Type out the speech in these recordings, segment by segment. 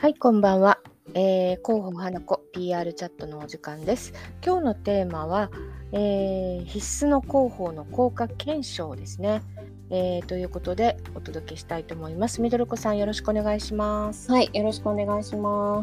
はい、こんばんは。広報花子 PR チャットのお時間です。今日のテーマは、必須の広報の効果検証ですね。ということでお届けしたいと思います。みどるこさん、よろしくお願いします。 はい、よろしくお願いします。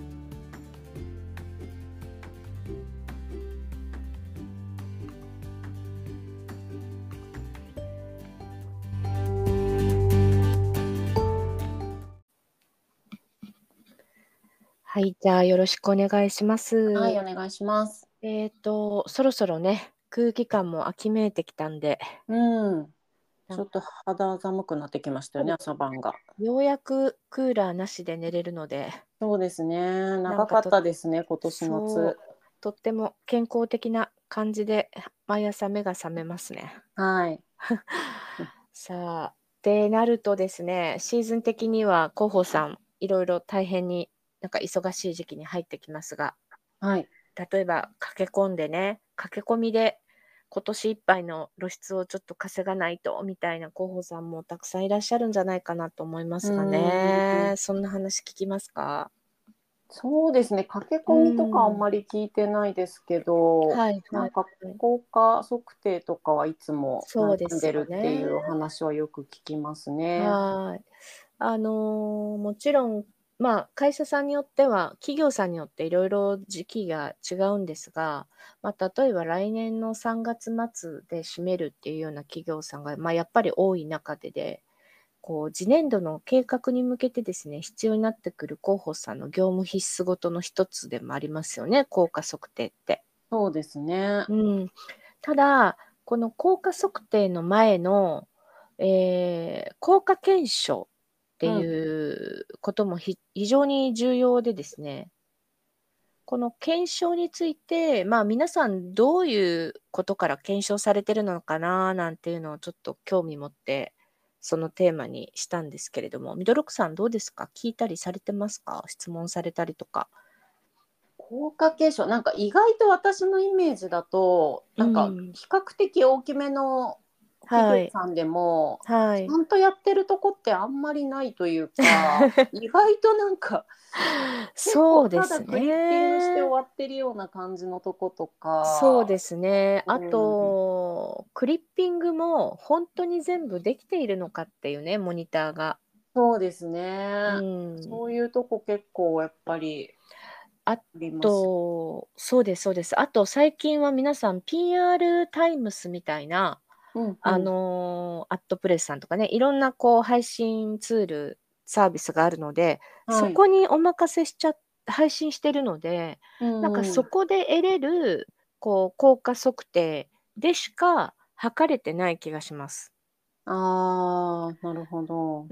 はい、じゃあよろしくお願いしまはい、 す。 お願いします。 そろそろね、空気感も秋めいてきたんで、 うん、 なんちょっと肌寒くなってきましたよね、朝晩が。 ようやくクーラーなしで寝れるので、 そうですね、 なんか長かったですね、今年夏。 とっても健康的な感じで毎朝目が覚めますね。 はい。 さあ、ってなるとですね、シーズン的には広報さん、いろいろ大変に忙しい時期に入ってきますが、 はい。 例えば駆け込んでね、駆け込みで今年いっぱいの露出をちょっと稼がないとみたいな広報さんもたくさんいらっしゃるんじゃないかなと思いまうすがん、 ね。そんな話聞きますか？ そうですね、駆けう込みとかあんん。 まり聞いてないですけど、 はいはいなんかはい。 効果測定とかはいつもそうですよ悩んでるっていね。 う話はよく聞きますね。 はい。もちろん、会社さんによっては、企業さんによっていろいろ時期が違うんですが、例えば来年の3月末で締めるっていうような企業さんが、やっぱり多い中で、次年度の計画に向けてですね、必要になってくる広報さんの業務必須ごとの一つでもありますよね、効果測定って。 そうですね。 うん。ただ、この効果測定の前の、効果検証っていうん。 うことも非常に重要でですね、この検証について、皆さんどういうことから検証されてるのかななんていうのをちょっと興味持って、そのテーマにしたんですけれども、ミドルクさんどうですか？聞いたりされてますか？質問されたりとか。 効果検証、なんか意外と私のイメージだと、 うなんかん。 比較的大きめの企はい。 業さんでも、ちゃはい。 んとやってるとこってあんまりないというか、意外となんか結構ただそうですクリッピングしてね。 終わってるような感じのとことか、 そうですね。あうん、 と、クリッピングも本当に全部できているのかっていうね、モニターが。 そうですうね。 ん。 そういうとこ結構やっぱりああります。 そうですそうです。あと最近は皆さん PR タイムスみたいな、 うんうん。 アットプレスさんとかね、いろんな配信ツール、サービスがあるので、そはい。 こにお任せしちゃ配信してるので、 うんうん。 そこで得れる、効果測定でしか測れてない気がします。 ああ、なるほど。 うん、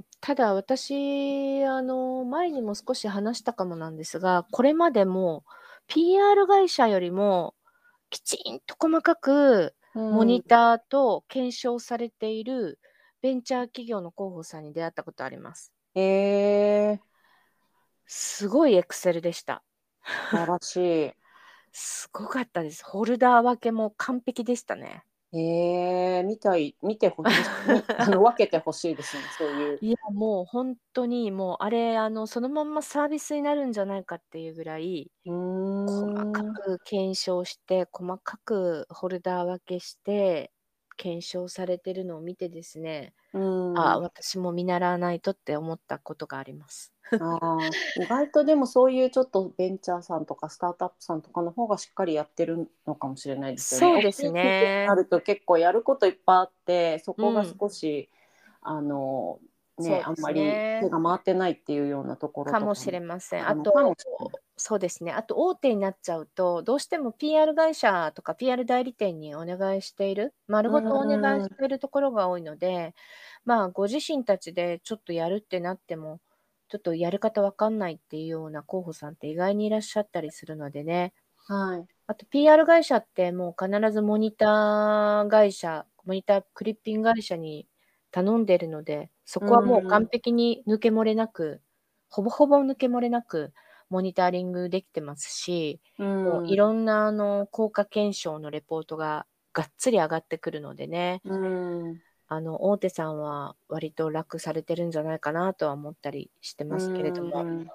ただ私、前にも少し話したかもなんですが、これまでも PR 会社よりもきちんと細かくうモニん。 ターと検証されているベンチャー企業の広報さんに出会ったことあります。 ええ、 すごいエクセルでした。 素晴らしい。 すごかったです。ホルダー分けも完璧でしたね。 ええ、見てほみみ分けてほしいですね、そういう。 いや、もうほんとに、もうあれ、そのまんまサービスになるんじゃないかっていうぐらい、 うー細かん。 く検証して、細かくホルダー分けして、検証されてるのを見てですね、 うああ、 ん。 私も見習わないとって思ったことがあります。 ああ、意外とでもそういうちょっとベンチャーさんとかスタートアップさんとかの方がしっかりやってるのかもしれないですよね。大そうですきい企業になね。 ると結構やることいっぱいあって、そこがうん、 少しあの、ね、 そうですあんまり手ね。 が回ってないっていうようなところかもしとかもれません。 あるのかもしれない。 そうですね。あと大手になっちゃうと、どうしても PR 会社とか PR 代理店にお願いしている、丸うごとお願いーん、 しているところが多いので、ご自身たちでちょっとやるってなっても、ちょっとやり方わかんないっていうような候補さんって意外にいらっしゃったりするのでね。 はい。 あと PR 会社ってもう必ずモニタークリッピング会社に頼んでるので、そうこはもう完ーん、 璧に抜け漏れなく、ほぼほぼ抜け漏れなくモニタリングできてますし、 うもうーん、 いろんな効果検証のレポートががっつり上がってくるのでね。 うーん。 大手さんは割と楽されてるんじゃないかなとは思ったりしてうますけれども。 ん。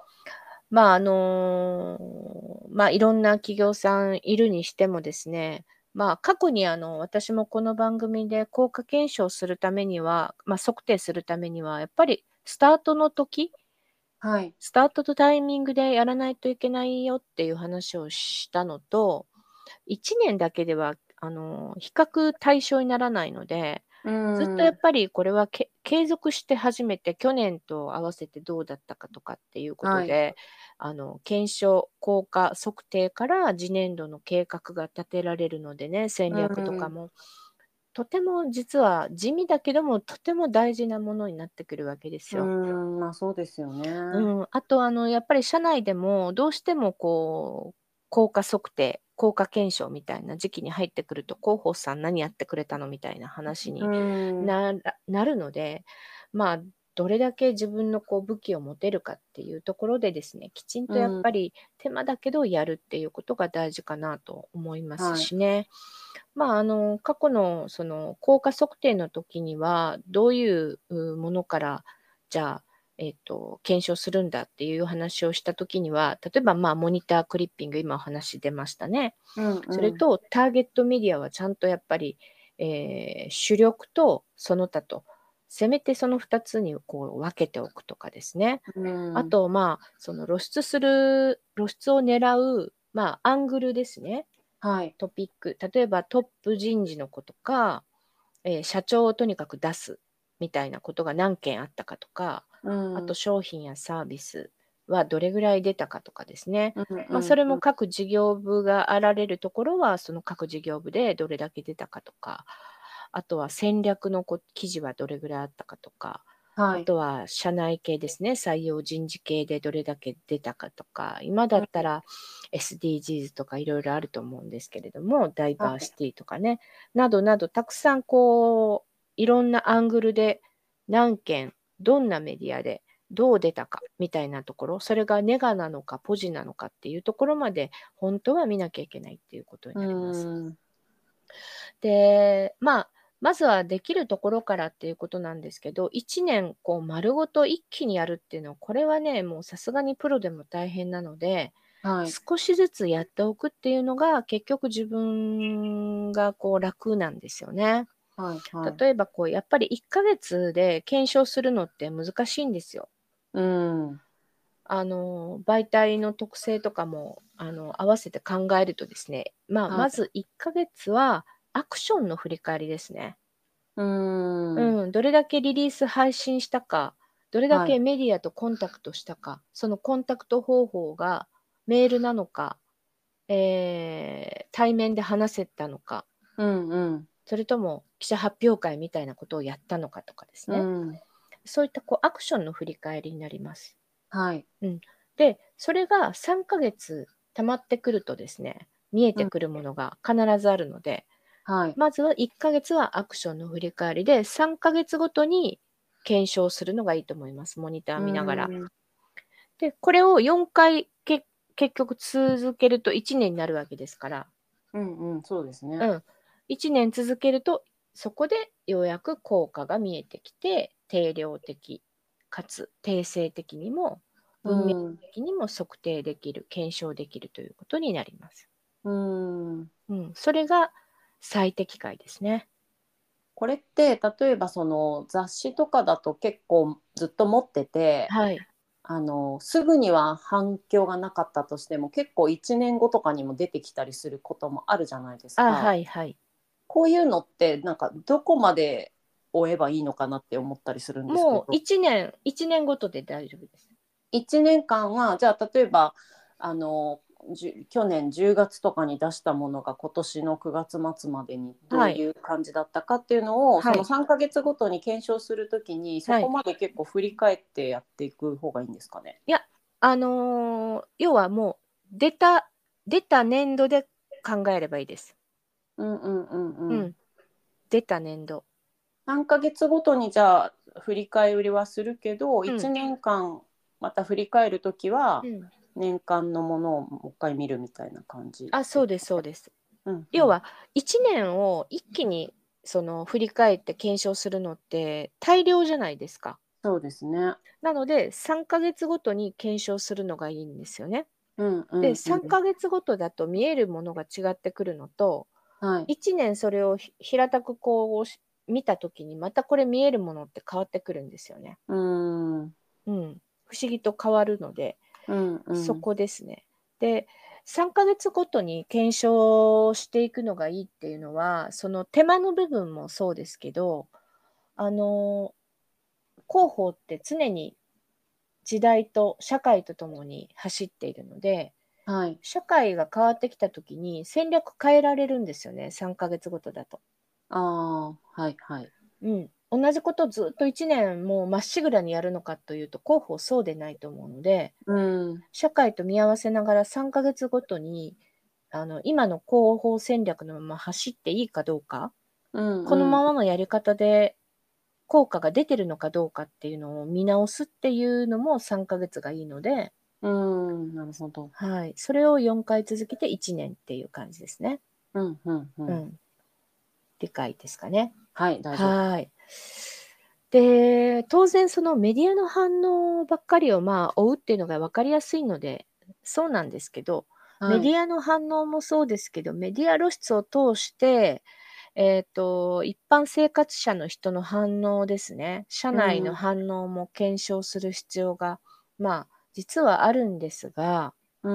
いろんな企業さんいるにしてもですね、過去に私もこの番組で効果検証するためには、測定するためには、やっぱりはい。 スタートとタイミングでやらないといけないよっていう話をしたのと、1年だけでは、比較対象にならないので、 うずっとやっん。 ぱりこれは継続して初めて去年と合わせてどうだったかとかっていうことはい。 で、検証、効果測定から次年度の計画が立てられるのでね、戦う略とかん。 も。とても実は地味だけども、とても大事なものになってくるわけですうよ。 ん。まあそうですよね。 あとやっぱり社内でもどうしても効果測定、効果検証みたいな時期に入ってくると、広報さん何やってくれたのみたいな話うにん。 なるので、まあ、どれだけ自分の武器を持てるかっていうところでですね、きちんとやっうん。 ぱり手間だけどやるっていうことが大事かなと思いますはい。 しね。過去のその効果測定の時には、どういうものから、じゃあ、検証するんだっていう話をした時には、例えば、モニタークリッピング、今お話出ましたね。 うんうん。 それと、ターゲットメディアはちゃんとやっぱり、主力とその他と、せめてその2つに分けておくとかですね。 うん。 あと、その露出を狙う、アングルですね。 はい。 トピック、例えばトップ人事の子とか、社長をとにかく出すみたいなことが何件あったかとか、 うあとん。 商品やサービスはどれぐらい出たかとかですね。 うんそれうんうん。 も各事業部があられるところは、その各事業部でどれだけ出たかとか、あとは戦略の記事はどれぐらいあったかとか、 はい。 あとは社内系ですね、採用人事系でどれだけ出たかとか、今だうん。 ったら SDGs とかいろいろあると思うんですけれども、ダイはい。 バーシティとかね、などなどたくさんいろんなアングルで何件、どんなメディアでどう出たかみたいなところ、それがネガなのかポジなのかっていうところまで本当は見なきゃいけないっていうことにうなります。 ん。 で、まずはできるところからっていうことなんですけど、1年丸ごと一気にやるっていうのは、これはね、もうさすがにプロでも大変なので、 はい。 少しずつやっておくっていうのが、結局自分が楽なんですよね。 はい。はい。 例えばやっぱり1ヶ月で検証するのって難しいんですよ。 うん。 媒体の特性とかも、合わせて考えるとですね、 はい。 まず1ヶ月はアクションの振り返りですね。 うん。 どれだけリリース配信したか、どれだはい。 けメディアとコンタクトしたか、そのコンタクト方法がメールなのか、対面で話せたのか、 うんうん。 それとも記者発表会みたいなことをやったのかとかですうね。 ん。 そういったアクションの振り返りになります。 はい。 うん。で、それが3ヶ月溜まってくるとですね、見えうん。 てくるものが必ずあるので、 はい。 まずは1ヶ月はアクションの振り返りで、3ヶ月ごとに検証するのがいいと思います。モニターう見ながら。 ん。 で、これを4回結局続けると1年になるわけですから、 うんうん。そうですね。 うん。1年続けると、そこでようやく効果が見えてきて、定量的かつ定性的にもう文脈ん。 的にも測定できる、検証できるということになります。 うん。 それが最適解ですね。 これって例えばその雑誌とかだと結構ずっと持ってて、 はい。 すぐには反響がなかったとしても結構1年後とかにも出てきたりすることもあるじゃないですあ、 か。 はいはい。 こういうのってなんかどこまで追えばいいのかなって思ったりするんですけもうど、 1年ごとで大丈夫です。 1年間はじゃあ例えば去年10月とかに出したものが今年の9月末までにどはい。 ういう感じだったかっていうのをそのはい。 3ヶ月ごとに検証するときにそはい。 こまで結構振り返ってやっていく方がいいんですかね。 いや、要はもう出た年度で考えればいいです。 うんうんうんうん。 うん。出た年度。 3ヶ月ごとにじゃあ振り返りはするけど1 うん。 年間また振り返るときはうん。 年間のものをもう一回見るみたいな感じあ、 ですそうですそうかね。 です。 うんうん要は1年を一気にその振り返って検証するのって大量じゃないですか。 そうですね。 なので、3ヶ月ごとに検証するのがいいんですよね。 うんうで、3 んうん。 ヶ月ごとだと見えるものが違ってくるのと、 はい。 1年それを平たく見た時にまたこれ見えるものって変わってくるんですよね。 うーん。 うん。不思議と変わるので、 うんうそん。 こですね。で、3ヶ月ごとに検証していくのがいいっていうのは、その手間の部分もそうですけど、あの、広報って常に時代と社会とともに走っているので、 はい。 社会が変わってきた時に戦略変えられるんですよね、3ヶ月ごとだと。 ああ、はいはい。 うん。同じことずっと1年もうまっしぐらにやるのかというと、広報そうでないと思うので、 うん。 社会と見合わせながら3ヶ月ごとに、今の広報戦略のまま走っていいかどうか、 うんこのうん。 ままのやり方で効果が出てるのかどうかっていうのを見直すっていうのも3ヶ月がいいので、 うーん、なるほど。 はい。それを4回続けて1年っていう感じですね。 うんうんうん。 うん。理解ですかね。 はい、大丈夫。 はい。で、当然そのメディアの反応ばっかりを追うっていうのが分かりやすいので、そうなんですけど、メはい。 ディアの反応もそうですけど、メディア露出を通して、一般生活者の人の反応ですね、社う内のん、 反応も検証する必要が、実はあるんですが、 うん、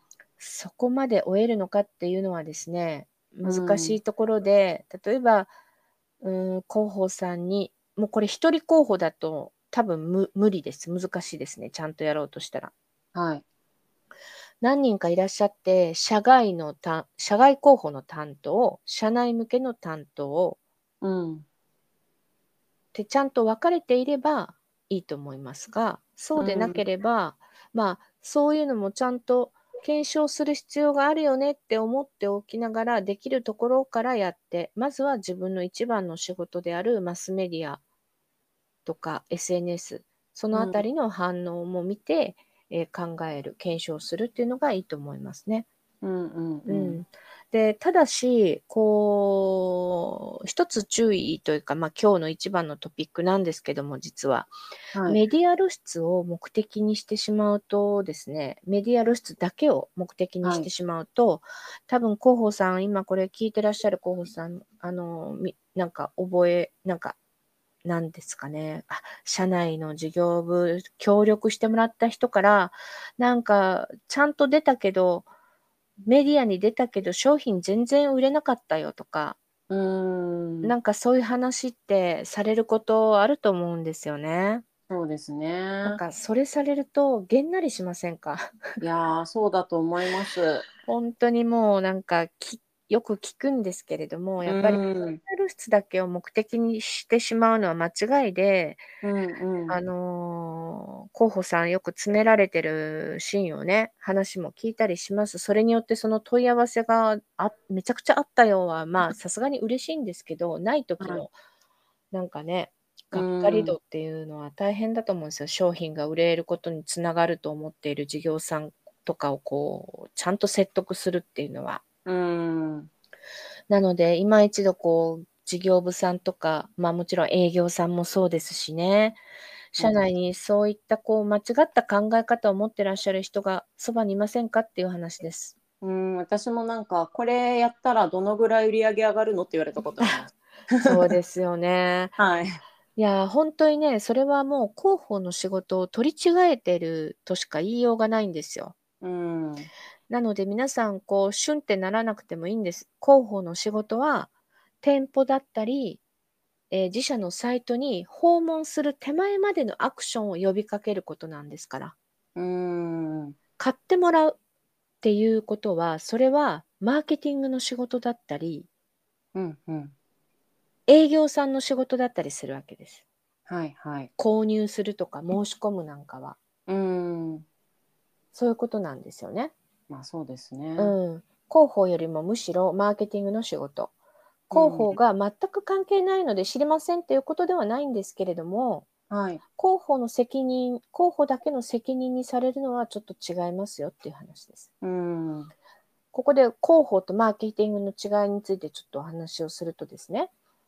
そこまで終えるのかっていうのはですね、 う難しん。 いところで、例えば広報さんに、もうこれ一人候補だと多分無理です。難しいですね、ちゃんとやろうとしたら。 はい。 何人かいらっしゃって、社外候補の担当、社内向けの担当うん、 ってちゃんと分かれていればいいと思いますが、そううでなけん、 れば、そういうのもちゃんと検証する必要があるよねって思っておきながら、できるところからやって、まずは自分の一番の仕事であるマスメディアとか SNS、そのあたうん、 りの反応も見て、考える、検証するっていうのがいいと思いますね。 うん、うん、うん。 うん。で、ただし、一つ注意というか、今日の一番のトピックなんですけども、実は。 はい、 メディア露出を目的にしてしまうとですね、メディア露出だけを目的にはい。 してしまうと、多分広報さん、今これ聞いてらっしゃる広報さん、なんかなんですかね、社内の事業部、協力してもらった人から、ちゃんと出たけど、メディアに出たけど、商品全然売れなかったよとか、 うーん、 そういう話ってされることあると思うんですよね。 そうですね。 それされるとげんなりしませんか？ いやー、そうだと思います。 ほんとにもうよく聞くんですけれども、 うやっぱりーん、 露出だけを目的にしてしまうのは間違いで、 うん、うん、 候補さんよく詰められてるシーンをね、話も聞いたりします。それによってその問い合わせが、めちゃくちゃあったよは、さすがに嬉しいんですけど、ない時はい。 のなんかね、 うがっかりーん、 度っていうのは大変だと思うんですよ。商品が売れることに繋がると思っている事業さんとかをちゃんと説得するっていうのは。 うーん、 なので、今一度事業部さんとか、もちろん営業さんもそうですしね、社内そうです。 にそういった間違った考え方を持ってらっしゃる人がそばにいませんかっていう話です。 私もなんか、これやったらどのぐらい売り上げ上がるのって言われたことあります。 そうですよね。 はい。 いや、ほんとにね、それはもう広報の仕事を取り違えてるとしか言いようがないんですよ。 うん、 なので皆さんシュンってならなくてもいいんです。広報の仕事は、店舗だったり、自社のサイトに訪問する手前までのアクションを呼びかけることなんですから。 うーん、 買ってもらうっていうことは、それはマーケティングの仕事だったり、 うん、うん。 営業さんの仕事だったりするわけです。 はいはい。 購入するとか申し込むなんかは。 うーん、 そういうことなんですよね。 そうですね。 うん。広報よりもむしろマーケティングの仕事。 うん、 広報が全く関係ないので知りませんっていうことではないんですけれども、 はい。 広報だけの責任にされるのはちょっと違いますよっていう話です。 うん、 ここで広報とマーケティングの違いについてちょっとお話をするとですね、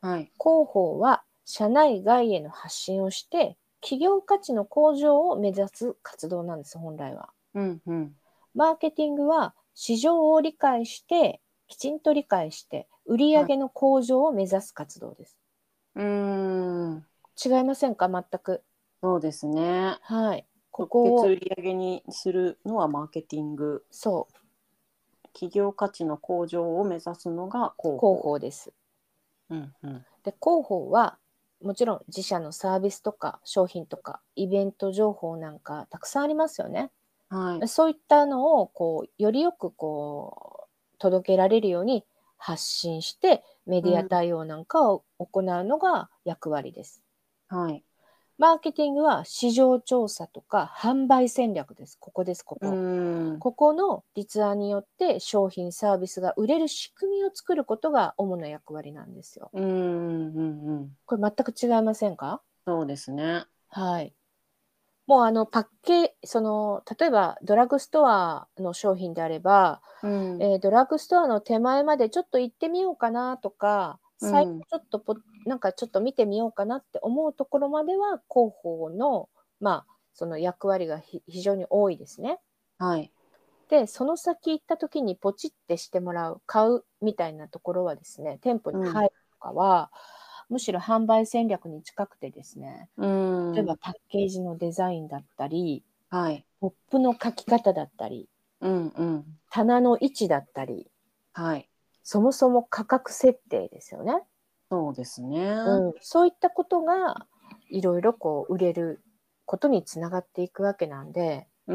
はい。 広報は社内外への発信をして、企業価値の向上を目指す活動なんです、本来は。 うんうん。 マーケティングは市場を理解して、きちんと理解して、売はい。 上の向上を目指す活動です。 うーん。 違いませんか、全く。 そうですね。 はい。こ直こを、 結売上にするのはマーケティング。 そう、 企業価値の向上を目指すのが広広報。 報です。 うんうん。 で、広報は、もちろん自社のサービスとか商品とかイベント情報なんかたくさんありますよね。 はい。 そういったのをよりよく届けられるように発信してメディアうん。 対応なんかを行うのが役割です。 はい。 マーケティングは市場調査とか販売戦略です。ここです、こうこ。 ん。 ここの立案によって商品サービスが売れる仕組みを作ることが主な役割なんですよ。 うんうんうん。 これ全く違いませんか？ そうですね。 はい。もうパッケ例えばドラッグストアの商品であれば、 うん。 ドラッグストアの手前までちょっと行ってみようかなとか、最うん。 後ちょっとなんかちょっと見てみようかなって思うところまでは、広報の、その役割が非常に多いですね。 はい。 で、その先行った時にポチってしてもらう、買うみたいなところはですね、店舗にうん。 入るとかは、むしろ販売戦略に近くてですね、 う例えばん。 パッケージのデザインだったり、 はい。 ポップの書き方だったり、 うんうん。 棚の位置だったり、 はい。 そもそも価格設定ですよね。 そうですね。 そういったことがいろいろ売れることにつながっていくわけなんで、 うん。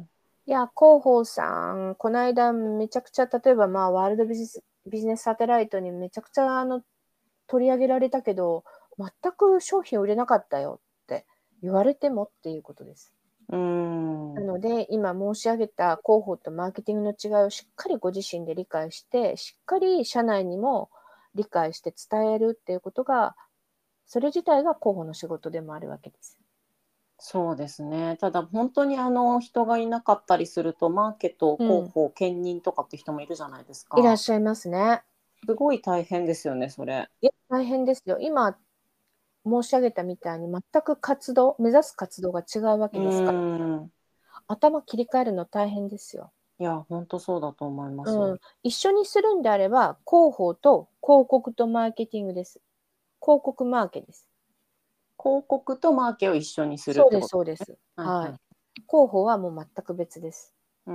いや、広報さん、この間めちゃくちゃ、例えばワールドビジネスサテライトにめちゃくちゃ取り上げられたけど、全く商品売れなかったよって言われてもっていうことです。 うん。 なので、今申し上げた広報とマーケティングの違いをしっかりご自身で理解して、しっかり社内にも理解して伝えるっていうことが、それ自体が広報の仕事でもあるわけです。 そうですね。ただ本当に人がいなかったりすると、マーケとうん。 広報兼任とかって人もいるじゃないですか。 いらっしゃいますね。 すごい大変ですよね、それ。 いや、大変ですよ。今申し上げたみたいに全く目指す活動が違うわうけですから、 ん。 頭切り替えるの大変ですよ。 いや、本当そうだと思います。 うん。一緒にするんであれば、広報と広告とマーケティングです。広告マーケです。 広告とマーケを一緒にするそうですってことそうです。 ね。はいはい。 はい。広報はもう全く別です。 うん。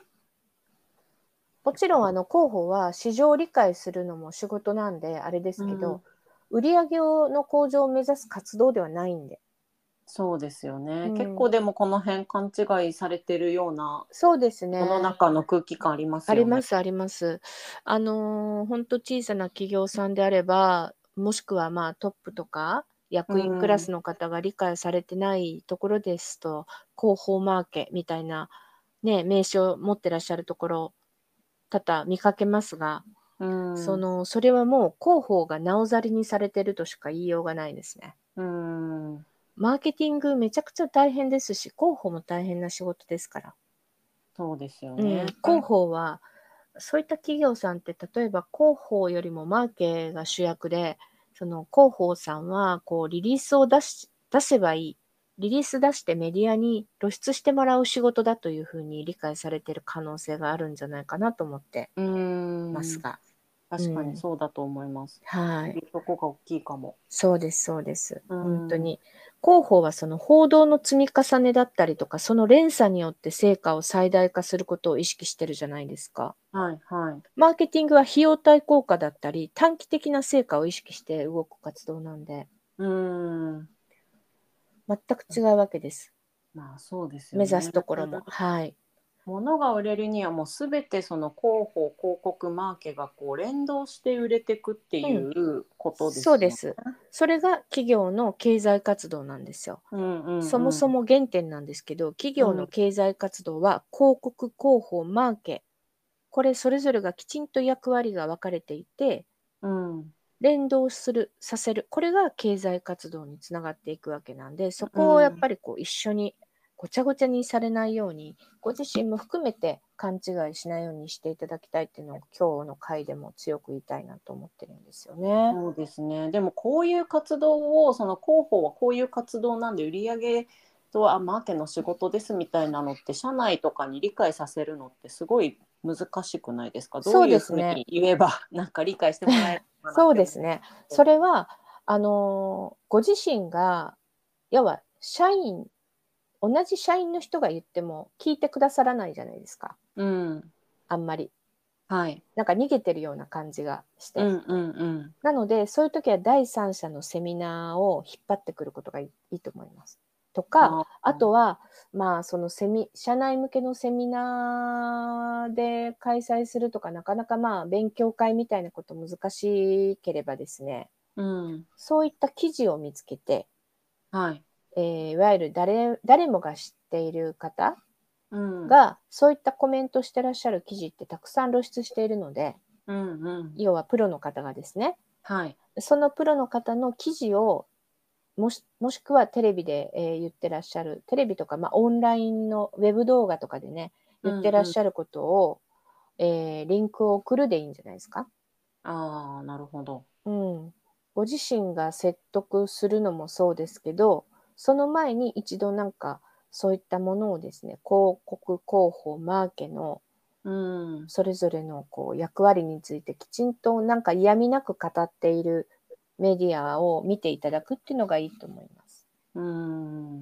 もちろん広報は市場を理解するのも仕事なんであれでうん。 すけど、売上の向上を目指す活動ではないんで。 そうですよね。結うん。 構でもこの辺勘違いされてるようなそうです世のね。 中の空気感ありますよね。 ありますあります。ほんと小さな企業さんであれば、もしくはトップとかう役員クラん。 スの方が理解されてないところですと、広報マーケみたいなね、名称を持ってらっしゃるところ、多々見かけますが、 うん。 それはもう広報がなおざりにされてるとしか言いようがないですね。 うん。 マーケティングめちゃくちゃ大変ですし、広報も大変な仕事ですから。 そうですよね。 広報は、そういった企業さんって、例えば広報よりもマーケが主役で、その広報さんは、リリースを出せばいい。リリース出してメディアに露出してもらう仕事だというふうに理解されている可能性があるんじゃないかなと思ってうん。 ますが。う確かにん。 そうだと思います。 はい。 そこが大きいかも。 そうですそうです。 うん。 本当に。広報はその報道の積み重ねだったりとか、その連鎖によって成果を最大化することを意識してるじゃないですか。 はいはい。 マーケティングは費用対効果だったり、短期的な成果を意識して動く活動なんで、 うん。 全く違うわけです。 まあそうですよね。 目指すところも。はい。 物が売れるにはもうすべてその広報、広告、マーケがこう連動して売れていくっていうん。 うことですよね。 そうです。それが企業の経済活動なんですよ。 うんうそもんうん。 そも原点なんですけど、企業のうん経済活動は広告、広報、マーケ、これそれぞれがきちんと役割が分かれていて、 うん。 連動させる。これが経済活動につながっていくわけなんで、そうこをやっん。 ぱり一緒にごちゃごちゃにされないように、ご自身も含めて勘違いしないようにしていただきたいっていうのを今日の回でも強く言いたいなと思ってるんですよね。 そうですね。でもこういう活動をその広報はこういう活動なんで売り上げとマーケの仕事ですみたいなのって社内とかに理解させるのってすごい難しくないですか？どそうういうですね。 ふうに言えばなんか理解してもらえるのかなって思う。 そうですね。それは、ご自身が、要は同じ社員の人が言っても聞いてくださらないじゃないですか。 うん。 あんまり。 はい。 なんか逃げてるような感じがして。 うんうんうん。 なので、そういう時は第三者のセミナーを引っ張ってくることがいいと思います。とか、 ああとは、まあ、その社内向けのセミナーで開催するとか、なかなかまあ、勉強会みたいなこと難しければですね、 うん。 そういった記事を見つけて、 はい。 いわゆる誰もが知っている方うん。 が、そういったコメントしてらっしゃる記事ってたくさん露出しているので、 うんうん。 要はプロの方がですね、 はい。 そのプロの方の記事をもしくはテレビで、言ってらっしゃる、テレビとか、まあ、オンラインのウェブ動画とかでね、言ってらっうんうん。 しゃることを、リンクを送るでいいんじゃないですか。 ああ、なるほど。 うん。ご自身が説得するのもそうですけど、その前に一度なんか、そういったものをですね、広告、広報、マーケのうん。 それぞれのこう役割についてきちんとなんか嫌味なく語っているメディアを見ていただくっていうのがいいと思います。 うん。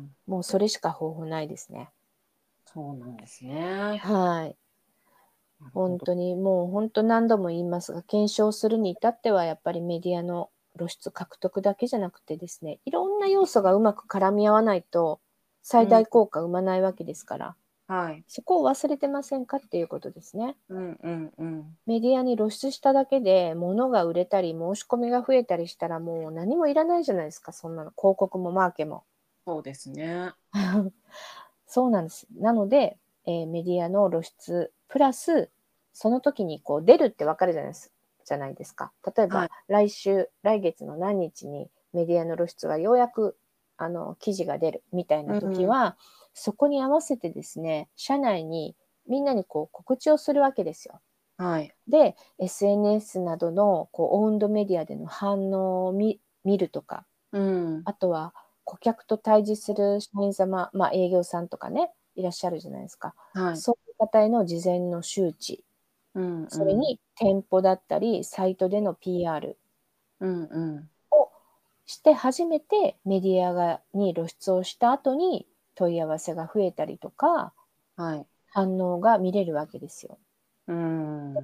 もうそれしか方法ないですね。 そうなんですね。 はい。 なるほど。 本当にもう本当何度も言いますが、検証するに至ってはやっぱりメディアの露出獲得だけじゃなくてですね、いろんな要素がうまく絡み合わないと最うん。 大効果を生まないわけですから、 はい。 そこを忘れてませんかっていうことですね。 うんうんうん。 メディアに露出しただけで物が売れたり申し込みが増えたりしたらもう何もいらないじゃないですか、そんなの。広告もマーケも。 そうですね。 そうなんです。なので、メディアの露出プラス、その時にこう出るってわかるじゃないですか。例えばはい。 来月の何日にメディアの露出がようやく記事が出るみたいなうんうん。 時は、そこに合わせてですね、社内にみんなにこう告知をするわけですよ。 はい。 で、SNS などのこうオウンドメディアでの反応を見るとか、 うん。 あとは顧客と対峙する社員様、まあ、営業さんとかね、いらっしゃるじゃないですか。 はい。 そういう方への事前の周知、 うんうん。 それに店舗だったり、サイトでの PR うんうん。 をして初めてメディアに露出をした後に問い合わせが増えたりとか、 はい。 反応が見れるわけですよ。 うん。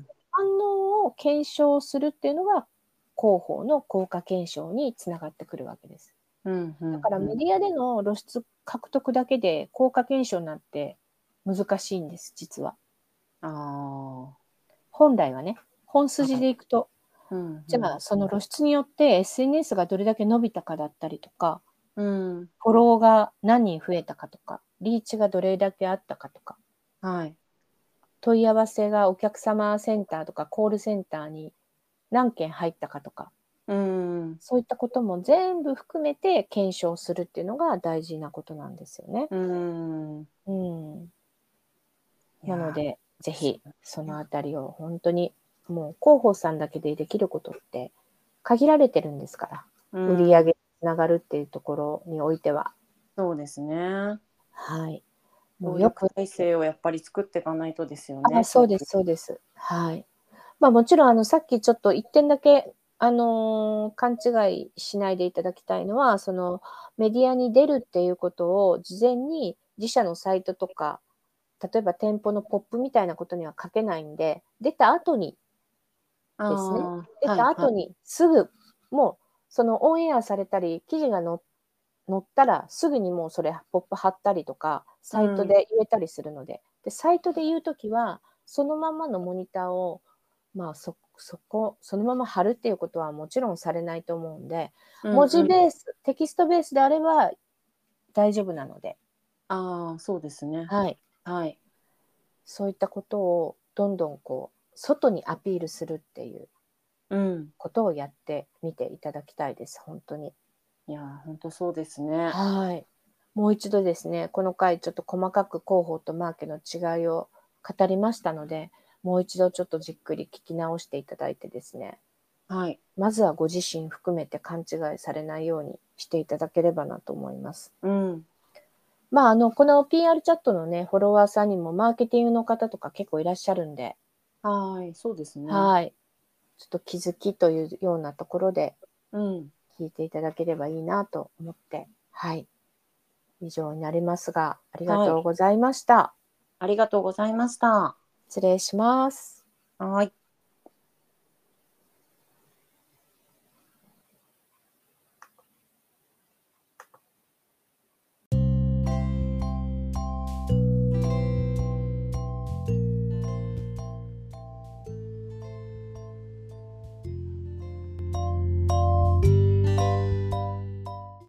反応を検証するっていうのが、広報の効果検証につながってくるわけです。 うんうだからんうん。 メディアでの露出獲得だけで効果検証なんて難しいんです、実は。 あ本来はね、本あ、 筋はい。 でいくと、 うんうん。 じゃあその露出によって SNS がどれだけ伸びたかだったりとか、 うん。 フォローが何人増えたかとか、リーチがどれだけあったかとか、 はい。 問い合わせがお客様センターとかコールセンターに何件入ったかとか、 うん。 そういったことも全部含めて検証するっていうのが大事なことなんですよね。 うん。 うん。 いやなので、ぜー、そひうそのね。 あたりを本当に、もう広報さんだけでできることって限られてるんですから、 うん。 売り上げにつながるっていうところにおいては。 そうですね。 はい。も協力うよく体制をやっぱり作っていかないとですよね。 そうですそうです。はい。ま、もちろんさっきちょっと1点だけ勘違いしないでいただきたいのは、そのメディアに出るっていうことを事前に自社のサイトとか、例えば店舗のポップみたいなことには書けないんで、出た後にあですね。 あ、 出はいはい。 た後にすぐ、もうそのオンエアされたり、記事が載ったら、すぐにもうそれポップ貼ったりとか、サイトうん。 で言えたりするので。で、サイトで言うときは、そのままのモニターを、まあ、そのまま貼るっていうことはもちろんされないと思うんで、文字うんうん。 ベース、テキストベースであれば大丈夫なので、 ああ、そうですね。 はい。 はい。 そういったことをどんどん外にアピールするっていううん。 ことをやってみていただきたいです、本当に。 いやー、ほんとそうですね。 はい。もう一度ですね、この回ちょっと細かく広報とマーケの違いを語りましたので、もう一度ちょっとじっくり聞き直していただいてですね、 はい。 まずはご自身含めて勘違いされないようにしていただければなと思います。 うん。 この PR チャットのね、フォロワーさんにもマーケティングの方とか結構いらっしゃるんで、 はい。そうですね。 はい。ちょっと気づきというようなところでうん。 聞いていただければいいなと思って、はい。以上になりますが、ありがはい。 とうございました。 ありがとうございました。 失礼します。 はい。